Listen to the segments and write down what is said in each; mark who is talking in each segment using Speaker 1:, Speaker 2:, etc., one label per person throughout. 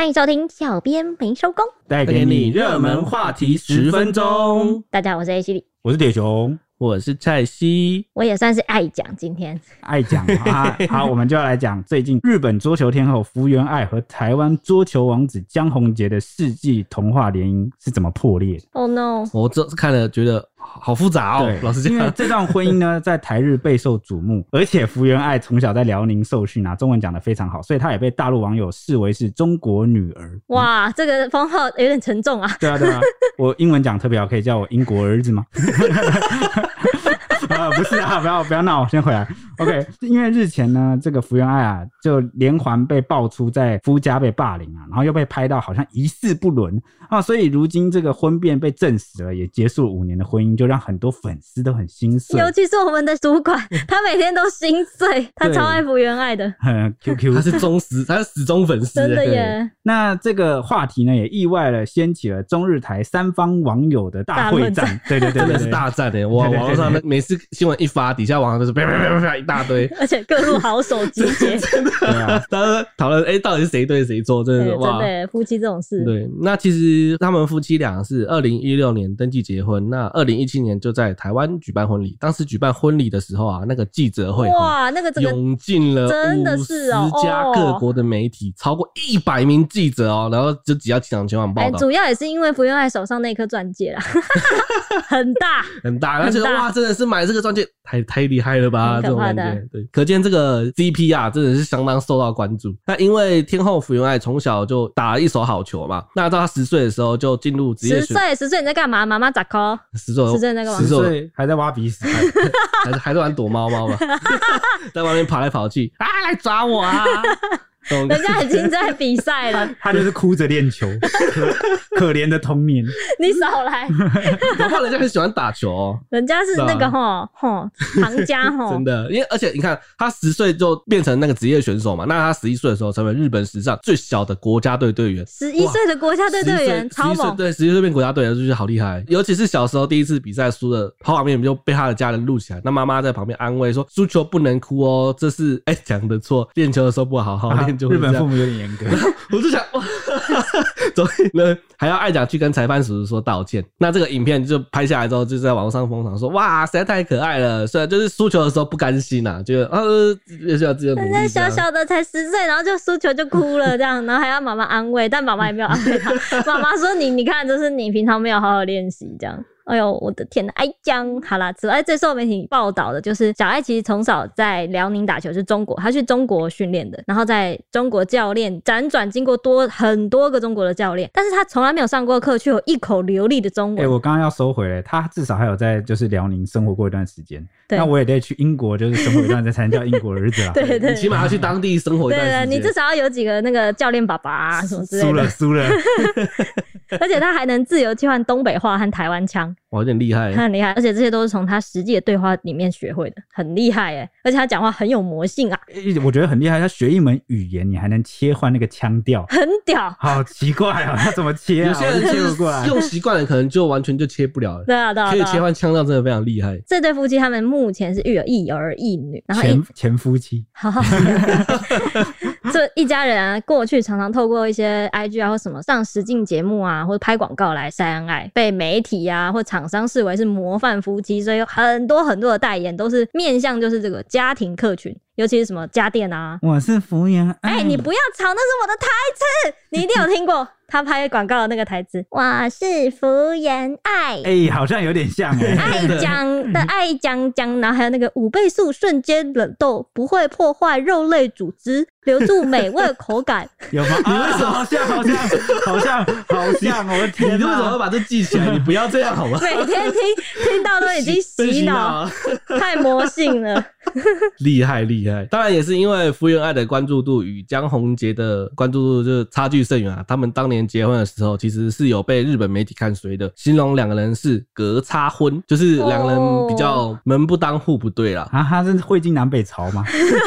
Speaker 1: 欢迎收听小编没收工，
Speaker 2: 带给你热门话题10分钟。
Speaker 1: 大家好，我是 A 犀利，
Speaker 2: 我是铁熊，
Speaker 3: 我是蔡西，
Speaker 1: 我也算是爱讲今天
Speaker 2: 爱讲啊。好，我们就要来讲最近日本桌球天后福原爱和台湾桌球王子江宏杰的世纪童话联姻是怎么破裂的。
Speaker 1: Oh no！
Speaker 3: 我这看了觉得好复杂哦，老实讲，
Speaker 2: 因为这段婚姻呢在台日备受瞩目，而且福原爱从小在辽宁受训啊，中文讲得非常好，所以她也被大陆网友视为是中国女儿。
Speaker 1: 哇，这个封号有点沉重啊。
Speaker 2: 对啊对啊，我英文讲特别好，可以叫我英国儿子吗？不是啊，不要闹，先回来。OK， 因为日前呢，这个福原爱啊，就连环被爆出在夫家被霸凌啊，然后又被拍到好像一事不伦啊，所以如今这个婚变被证实了，也结束了5年的婚姻，就让很多粉丝都很心碎。
Speaker 1: 尤其是我们的主管，他每天都心碎，他超爱福原爱的。
Speaker 2: QQ，
Speaker 3: 他是死忠粉丝，
Speaker 1: 真的耶。
Speaker 2: 那这个话题呢，也意外的掀起了中日台3方网友的大会战。对，
Speaker 3: 真的是大战耶！哇，网络上每次新闻一发，底下网上都是啪啪啪啪一大堆，
Speaker 1: 而且各路好手集结，
Speaker 3: 真的。大家讨论到底是谁对谁错，真的是哇！
Speaker 1: 真的夫妻这种事。
Speaker 3: 对，那其实他们夫妻俩是2016年登记结婚，那2017年就在台湾举办婚礼。当时举办婚礼的时候啊，那个记者会
Speaker 1: 哇，那个
Speaker 3: 涌进了50家各国的媒体，超过100名记者哦，然后就挤到机场前往报道。
Speaker 1: 主要也是因为福原爱手上那颗钻戒啦，很大
Speaker 3: 很大，而且哇，真的是买这个钻戒太厉害了吧，这种感觉。对，可见这个 CP 啊，真的是相当受到关注。那因为天后福原爱从小就打了一手好球嘛，那到她10岁的时候就进入职业
Speaker 1: 10岁你在干嘛？妈妈咋抠？10岁你在干嘛
Speaker 2: ？10岁还在挖鼻屎，
Speaker 3: 还在玩躲猫猫吧，在外面跑来跑去啊，来抓我啊！
Speaker 1: 人家已经在比赛了，
Speaker 2: 他就是哭着练球，可怜的童年。
Speaker 1: 你少来，
Speaker 3: 搞不好人家很喜欢打球哦。
Speaker 1: 人家是那个行家
Speaker 3: 真的，因为而且你看，他10岁就变成那个职业选手嘛，那他11岁的时候成为日本史上最小的国家队队员。
Speaker 1: 11岁的国家队队员，超猛！
Speaker 3: 对，11岁变国家队员，就觉得好厉害。尤其是小时候第一次比赛输了，画面就被他的家人录起来，那妈妈在旁边安慰说：“输球不能哭哦，这是讲的错，练球的时候不好好练。”
Speaker 2: 日本父母有点严格，
Speaker 3: 我就想哇，所以呢还要爱讲去跟裁判叔叔说道歉。那这个影片就拍下来之后，就在网络上疯传说哇，实在太可爱了。虽然就是输球的时候不甘心啊，觉得也是要自己努力。
Speaker 1: 人家小小的才10岁，然后就输球就哭了这样，然后还要妈妈安慰，但妈妈也没有安慰他。妈妈说你看，这是你平常没有好好练习这样。哎呦，我的天哪！爱江好啦，此外最受媒体报道的就是小爱其实从小在辽宁打球，是中国，他去中国训练的，然后在中国教练辗转经过很多个中国的教练，但是他从来没有上过课，却有一口流利的中文。
Speaker 2: 我刚刚要收回来，他至少还有在就是辽宁生活过一段时间。那我也得去英国，就是生活一段时间才能叫英国儿子啦。
Speaker 1: 对，
Speaker 3: 你起码要去当地生活一段时间。
Speaker 1: 对，你至少要有几个那个教练爸爸啊什么之类的。
Speaker 2: 输了。
Speaker 1: 而且他还能自由切换东北话和台湾腔。
Speaker 3: 哇，有点厉害。
Speaker 1: 他很厉害，而且这些都是从他实际的对话里面学会的，很厉害耶！而且他讲话很有魔性啊。
Speaker 2: 我觉得很厉害，他学一门语言，你还能切换那个腔调，
Speaker 1: 很屌。
Speaker 2: 好奇怪啊，他怎么切啊？
Speaker 3: 有些人
Speaker 2: 切不过来，
Speaker 3: 用习惯了，可能就完全就切不了了。
Speaker 1: 对啊，
Speaker 3: 可以切换腔调，真的非常厉害。
Speaker 1: 这对夫妻他们目前是育有1儿1女，然后
Speaker 2: 前夫妻。
Speaker 1: 这一家人啊，过去常常透过一些 IG 啊或什么上实境节目啊，或者拍广告来晒恩爱，被媒体啊或厂商视为是模范夫妻，所以有很多的代言都是面向就是这个家庭客群，尤其是什么家电啊。
Speaker 2: 我是福原爱。
Speaker 1: 你不要吵，那是我的台词，你一定有听过他拍广告的那个台词。我是福原爱。
Speaker 2: 好像有点像
Speaker 1: 爱讲的爱讲，然后还有那个5倍速瞬间冷冻，不会破坏肉类组织，留住美味口感。
Speaker 2: 有吗？你为什么好像我的天哪！
Speaker 3: 你为什么要把这记起来？你不要这样好吗？
Speaker 1: 每天听到都已经洗脑，太魔性了。
Speaker 3: 厉害！当然也是因为福原爱的关注度与江宏杰的关注度就是差距甚远啊。他们当年结婚的时候，其实是有被日本媒体看衰的，形容2个人是隔差婚，就是2个人比较门不当户不对啦。
Speaker 2: 他是会进南北朝吗？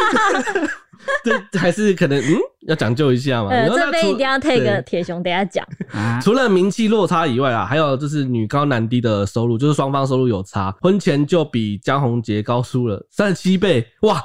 Speaker 3: 这还是可能要讲究一下嘛。
Speaker 1: 这边一定要 take 铁熊等一下讲。
Speaker 3: 除了名气落差以外啦，还有就是女高男低的收入，就是双方收入有差，婚前就比江宏杰高出了37倍。哇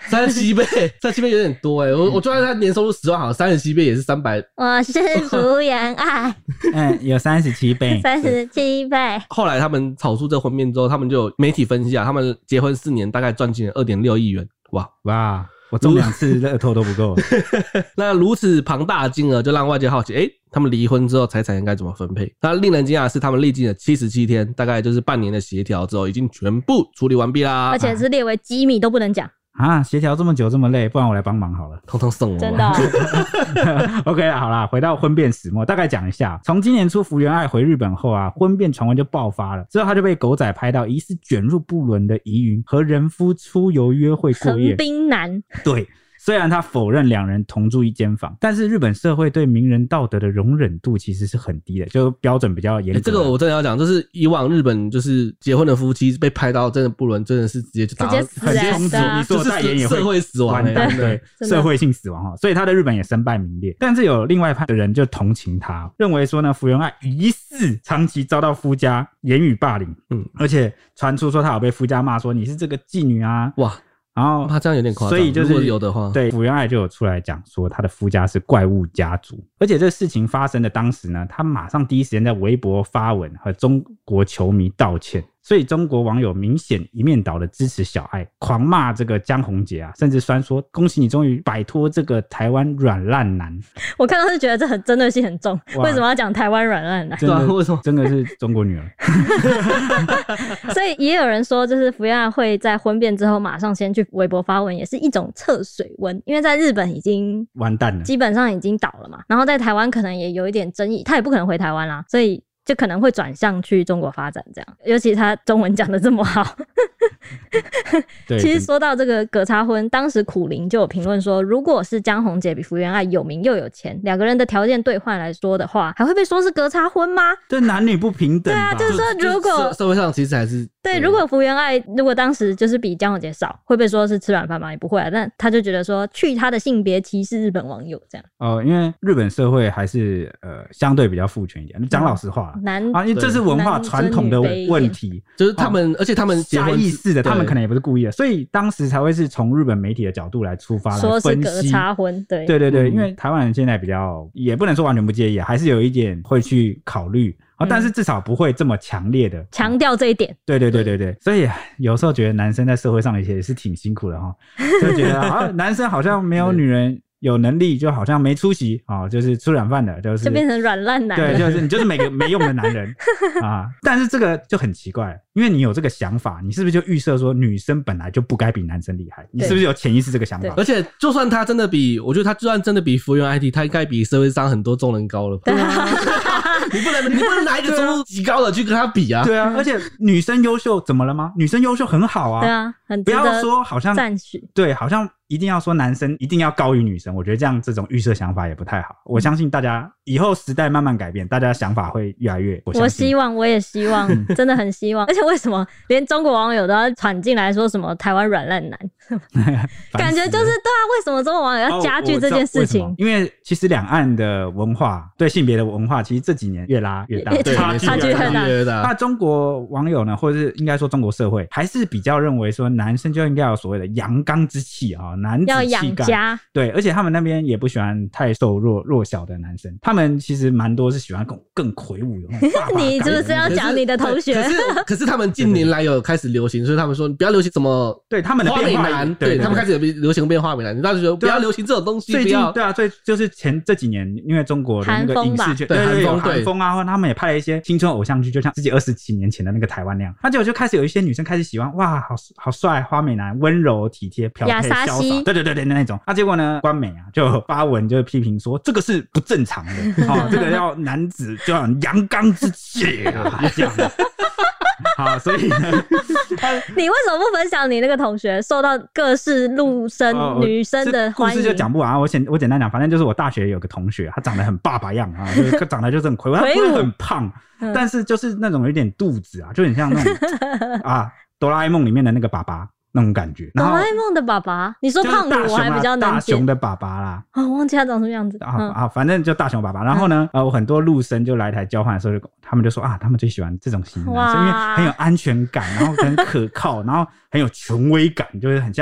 Speaker 3: 37倍，37倍有点多我就算他年收入10万，好，37倍也是300。
Speaker 1: 我是福原爱，
Speaker 2: 有37倍
Speaker 1: 37倍。
Speaker 3: 后来他们炒出这婚变之后，他们就有媒体分析他们结婚4年大概赚进了2.6亿元，
Speaker 2: 哇！我中2次乐透都不够。
Speaker 3: 那如此庞大的金额，就让外界好奇，他们离婚之后财产应该怎么分配？那令人惊讶的是，他们历经了77天，大概就是半年的协调之后，已经全部处理完毕啦，
Speaker 1: 而且是列为机密，都不能讲。
Speaker 2: 协调这么久这么累，不然我来帮忙好了，
Speaker 3: 通通送我。
Speaker 1: 真的
Speaker 2: OK 啦，好啦，回到婚变始末，大概讲一下。从今年初福原爱回日本后婚变传闻就爆发了，之后他就被狗仔拍到疑似卷入不伦的疑云，和人夫出游约会过夜。
Speaker 1: 横滨男，
Speaker 2: 对。虽然他否认2人同住一间房，但是日本社会对名人道德的容忍度其实是很低的，就标准比较严格。
Speaker 3: 这个我真的要讲，就是以往日本就是结婚的夫妻被拍到真的不伦，真的是直接就打到
Speaker 2: 很冲突，你做代言也会
Speaker 3: 社会死亡，
Speaker 2: 对，社会性死亡所以他在日本也身败名裂。但是有另外一派的人就同情他，认为说呢，福原爱疑似长期遭到夫家言语霸凌，而且传出说他有被夫家骂说你是这个妓女啊，
Speaker 3: 哇。
Speaker 2: 然后
Speaker 3: 他这样有点夸张，
Speaker 2: 所以就是
Speaker 3: 如果有的话，
Speaker 2: 对，福原爱就有出来讲说他的夫家是怪物家族，而且这事情发生的当时呢，他马上第一时间在微博发文和中国球迷道歉，所以中国网友明显一面倒的支持小爱，狂骂这个江宏杰甚至酸说恭喜你终于摆脱这个台湾软烂男。
Speaker 1: 我看到是觉得这很针对性很重，为什么要讲台湾软烂男？
Speaker 2: 对啊，
Speaker 3: 为什么
Speaker 2: 真的是中国女儿？
Speaker 1: 所以也有人说，就是福原爱会在婚变之后马上先去微博发文，也是一种测水温，因为在日本已经
Speaker 2: 完蛋了，
Speaker 1: 基本上已经倒了嘛，然后在台湾可能也有一点争议，他也不可能回台湾啦，所以就可能会转向去中国发展这样，尤其他中文讲得这么好。其实说到这个葛查婚，当时苦苓就有评论说，如果是江宏杰比福原爱有名又有钱，2个人的条件兑换来说的话，还会被说是葛查婚吗？
Speaker 2: 这男女不平等吧？
Speaker 1: 对啊，就是说如果
Speaker 3: 社会上其实还是
Speaker 1: 对，如果福原爱如果当时就是比江宏杰少，会被说是吃软饭吗？也不会但他就觉得说去他的性别歧视日本网友这样。
Speaker 2: 因为日本社会还是相对比较父权一点，讲老实话因为这是文化传统的问题，
Speaker 3: 就是他们而且他们
Speaker 2: 下意识的，他们可能也不是故意的，所以当时才会是从日本媒体的角度来出发来分析，
Speaker 1: 说是葛查婚。对，
Speaker 2: 因为台湾人现在比较也不能说完全不介意还是有一点会去考虑但是至少不会这么强烈的
Speaker 1: 强调这一点。
Speaker 2: 对，所以有时候觉得男生在社会上也是挺辛苦的就觉得男生好像没有女人有能力，就好像没出息就是吃软饭的，就
Speaker 1: 变成软烂男了。
Speaker 2: 对，就是你就是没用的男人但是这个就很奇怪，因为你有这个想法，你是不是就预设说女生本来就不该比男生厉害？你是不是有潜意识这个想法？
Speaker 3: 而且就算他真的比，我觉得他就算真的比福原爱，他应该比社会上很多众人高了。对啊。你不能拿一个收入极高的去跟他比啊！
Speaker 2: 对啊，而且女生优秀怎么了吗？女生优秀很好啊！
Speaker 1: 对啊，很
Speaker 2: 不要说好像
Speaker 1: 赞许，
Speaker 2: 对，好像一定要说男生一定要高于女生，我觉得这种预设想法也不太好。我相信大家以后时代慢慢改变，大家想法会越来越。
Speaker 1: 我希望，我也希望，真的很希望。而且为什么连中国网友都要闯进来说什么台湾软烂男？感觉就是对啊，为什么中国网友要加剧这件事情？
Speaker 2: 因为其实两岸的文化对性别的文化，其实这几年越拉越大，
Speaker 1: 差距越大。
Speaker 2: 那中国网友呢，或者是应该说中国社会，还是比较认为说男生就应该有所谓的阳刚之气男子气概，
Speaker 1: 要养家。
Speaker 2: 对，而且他们那边也不喜欢太瘦弱小的男生，他们其实蛮多是喜欢更魁梧的。
Speaker 1: 你是不是要讲你的同学？
Speaker 3: 可是他们近年来有开始流行，所以他们说你不要流行什么
Speaker 2: 对他们的变化。
Speaker 3: 对，他们开始有流行变化美男，你到时候不要流行这种东西。
Speaker 2: 最近对啊，就是这几年，因为中国的那个影视圈，对韩风或他们也拍了一些青春偶像剧，就像自己20几年前的那个台湾那样。那结果就开始有一些女生开始喜欢，哇，好帅，花美男，温柔体贴，飘配潇洒，对那种。那结果呢，官媒就发文就批评说，这个是不正常的这个要男子就要阳刚之气这样。好，所以呢，
Speaker 1: 你为什么不分享你那个同学受到各式陆生女生的欢迎？
Speaker 2: 故事就讲不完我简单讲，反正就是我大学有个同学，他长得很爸爸样就是长得就是很魁梧，他不会很胖，但是就是那种有点肚子就很像那种哆啦 A 梦里面的那个爸爸。那种感觉，
Speaker 1: 哆啦 A 梦的爸爸，你说胖虎我还比较难
Speaker 2: 大雄的爸爸啦，
Speaker 1: 我忘记他长什么样子
Speaker 2: 反正就大雄爸爸。然后呢，我很多陆生就来台交换的时候，他们就说他们最喜欢这种型的男生，因为很有安全感，然后很可靠，然后很有权威感，就是很像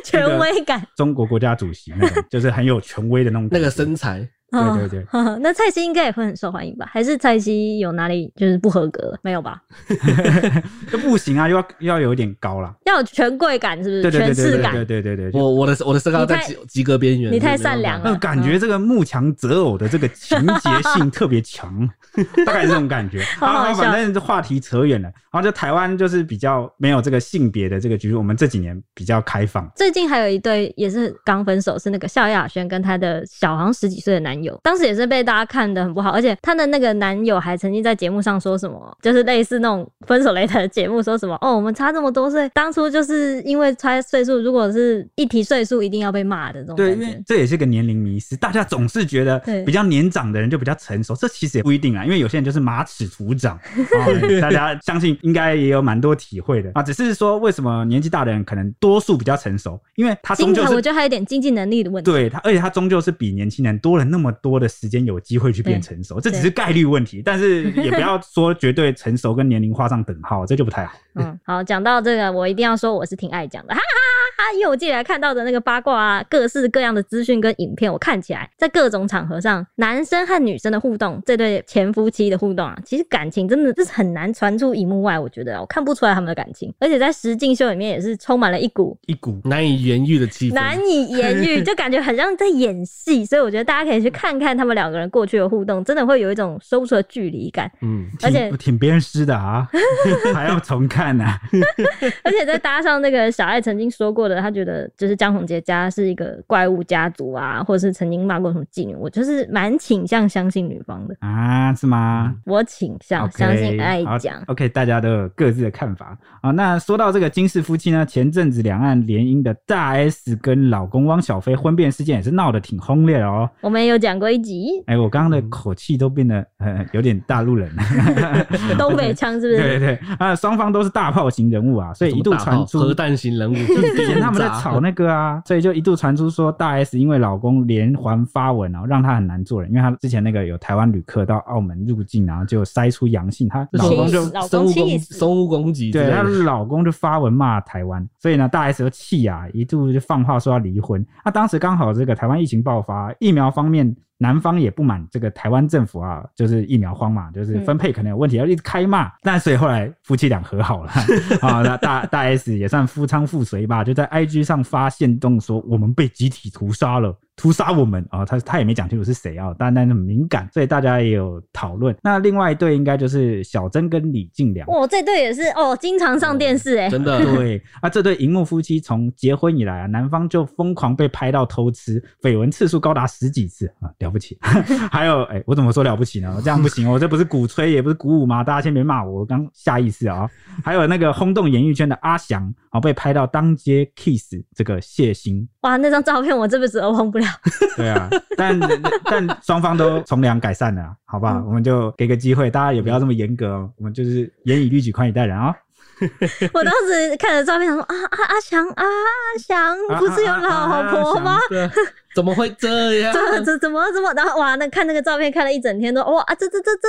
Speaker 1: 权威感，
Speaker 2: 中国国家主席那种，就是很有权威的那种感觉
Speaker 3: 那个身材。
Speaker 2: 对对对，
Speaker 1: 那蔡西应该也会很受欢迎吧？还是蔡西有哪里就是不合格？没有吧？
Speaker 2: 这不行啊，要有点高啦，
Speaker 1: 要有权贵感，是不是？
Speaker 2: 对对对对
Speaker 1: 权势感。
Speaker 2: 对对对对对，
Speaker 3: 我的身高在及格边缘，
Speaker 1: 你太善良了
Speaker 2: 那感觉这个慕强择偶的这个情节性特别强，大概是这种感觉。
Speaker 1: 好好笑
Speaker 2: 反正这话题扯远了，然后就台湾就是比较没有这个性别的这个局势，我们这几年比较开放。
Speaker 1: 最近还有一对也是刚分手，是那个萧亚轩跟她的小好像10几岁的男友，当时也是被大家看得很不好，而且她的那个男友还曾经在节目上说什么，就是类似那种分手擂台的节目，说什么我们差这么多岁，当初就是因为差岁数，如果是一提岁数一定要被骂的这种感觉。
Speaker 2: 对，因为这也是个年龄迷思，大家总是觉得比较年长的人就比较成熟，这其实也不一定啊，因为有些人就是马齿徒长大家相信应该也有蛮多体会的啊。只是说为什么年纪大的人可能多数比较成熟，因为他终究是
Speaker 1: 我觉得还有点经济能力的问题。
Speaker 2: 对他，而且他终究是比年轻人多了那么多的时间，有机会去变成熟，这只是概率问题，但是也不要说绝对成熟跟年龄画上等号，这就不太好。
Speaker 1: 好，讲到这个，我一定要说我是挺爱讲的，哈哈哈哈！因为我近来看到的那个八卦啊，各式各样的资讯跟影片，我看起来在各种场合上，男生和女生的互动，这对前夫妻的互动啊，其实感情真的就是很难传出荧幕外，我觉得我看不出来他们的感情，而且在实境秀里面也是充满了一股
Speaker 3: 难以言喻的气氛，
Speaker 1: 难以言喻，就感觉很像在演戏，所以我觉得大家可以去看看他们两个人过去的互动，真的会有一种说不出的距离感。而且
Speaker 2: 挺鞭尸的啊，还要重看啊。
Speaker 1: 而且再搭上那个小爱曾经说过的，他觉得就是江宏杰家是一个怪物家族啊，或者是曾经骂过什么妓女，我就是蛮倾向相信女方的
Speaker 2: 啊，是吗？
Speaker 1: 我倾向相信爱讲。
Speaker 2: OK， 大家都有各自的看法啊。那说到这个金氏夫妻呢，前阵子两岸联姻的大 S 跟老公汪小菲婚变事件也是闹得挺轰烈的哦。
Speaker 1: 我们也有讲过一集。
Speaker 2: 我刚刚的口气都变得有点大陆人
Speaker 1: 东北腔是不是？
Speaker 2: 对对对，双方都是大炮型人物啊，所以一度传出
Speaker 3: 核弹型人物，
Speaker 2: 以前他们在吵那个啊，所以就一度传出说大 S 因为老公连环发文啊，让她很难做人，因为她之前那个有台湾旅客到澳门入境，然后就筛出阳性，她老公就
Speaker 3: 生物攻击，
Speaker 2: 对，她老公就发文骂台湾，所以呢大 S 就气啊，一度就放话说要离婚。当时刚好这个台湾疫情爆发，疫苗方面南方也不满这个台湾政府啊，就是疫苗荒嘛，就是分配可能有问题，要一直开骂。但所以后来夫妻俩和好了啊，大 S 也算夫唱妇随吧，就在 IG 上发限动说我们被集体屠杀了。屠杀我们啊！他也没讲清楚是谁啊，但很敏感，所以大家也有讨论。那另外一对应该就是小珍跟李静良。
Speaker 1: 这对也是经常上电视
Speaker 3: 真的
Speaker 2: 对啊，这对荧幕夫妻从结婚以来啊，男方就疯狂被拍到偷吃，绯闻次数高达10几次啊，了不起。还有我怎么说了不起呢？这样不行，我这不是鼓吹也不是鼓舞吗？大家先别骂我刚下意识啊。还有那个轰动演艺圈的阿翔被拍到当街 kiss 这个谢欣。
Speaker 1: 哇，那张照片我这辈子都忘不了。
Speaker 2: 对啊，但双方都从良改善了，好不好？我们就给个机会，大家也不要这么严格哦，我们就是严以律己，宽以待人啊。
Speaker 1: 我当时看了照片想说阿翔不是有老婆吗？
Speaker 3: 怎么会这样？
Speaker 1: 怎么？然后哇，看那个照片看了一整天都哇，这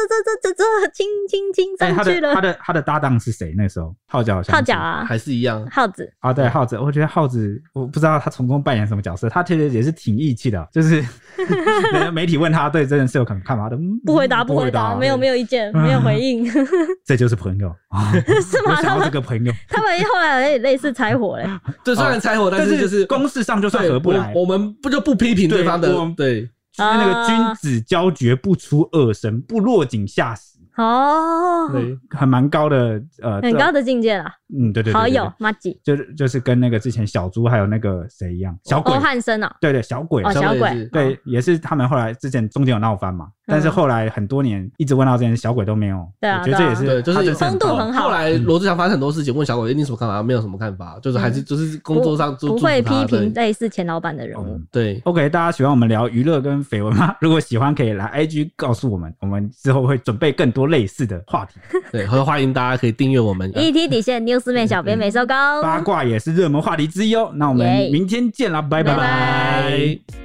Speaker 1: 亲上去了。
Speaker 2: 他的搭档是谁？那时候号角
Speaker 1: 啊，
Speaker 3: 还是一样
Speaker 1: 耗子
Speaker 2: 啊，对耗子，我觉得耗子我不知道他从中扮演什么角色，他其实也是挺义气的，就是媒体问他对这件事有看法的，
Speaker 1: 不回答，没有意见，没有回应，
Speaker 2: 这就是朋友
Speaker 1: 是吗？
Speaker 2: 我想要这个朋友，
Speaker 1: 他们后来有类似拆伙嘞，
Speaker 3: 就虽然拆伙，但是就是
Speaker 2: 公事上就算合不来，
Speaker 3: 我们不批评对方的，对，
Speaker 2: 那个君子交绝不出恶声，不落井下石。对，很蛮高的
Speaker 1: 很高的境界啦。
Speaker 2: 对，
Speaker 1: 好友麻吉
Speaker 2: 就是跟那个之前小猪还有那个谁一样，小鬼
Speaker 1: 汉森啊，
Speaker 2: 对小鬼，对，也是他们后来之前中间有闹翻嘛，但是后来很多年一直问到这件事，小鬼都没有。
Speaker 1: 对啊，
Speaker 2: 我觉得这也是
Speaker 3: 就是
Speaker 1: 风度很好。
Speaker 3: 后来罗志祥发生很多事情，问小鬼你什么看法，没有什么看法，就是还是就是工作上
Speaker 1: 不会批评类似前老板的人物。
Speaker 3: 对
Speaker 2: ，OK， 大家喜欢我们聊娱乐跟绯闻吗？如果喜欢，可以来 IG 告诉我们，我们之后会准备更多类似的话题。
Speaker 3: 对，欢迎大家可以订阅我们
Speaker 1: ET 底线 Newsman 小编没收工，
Speaker 2: 八卦也是热门话题之一哦。那我们明天见啦，拜拜。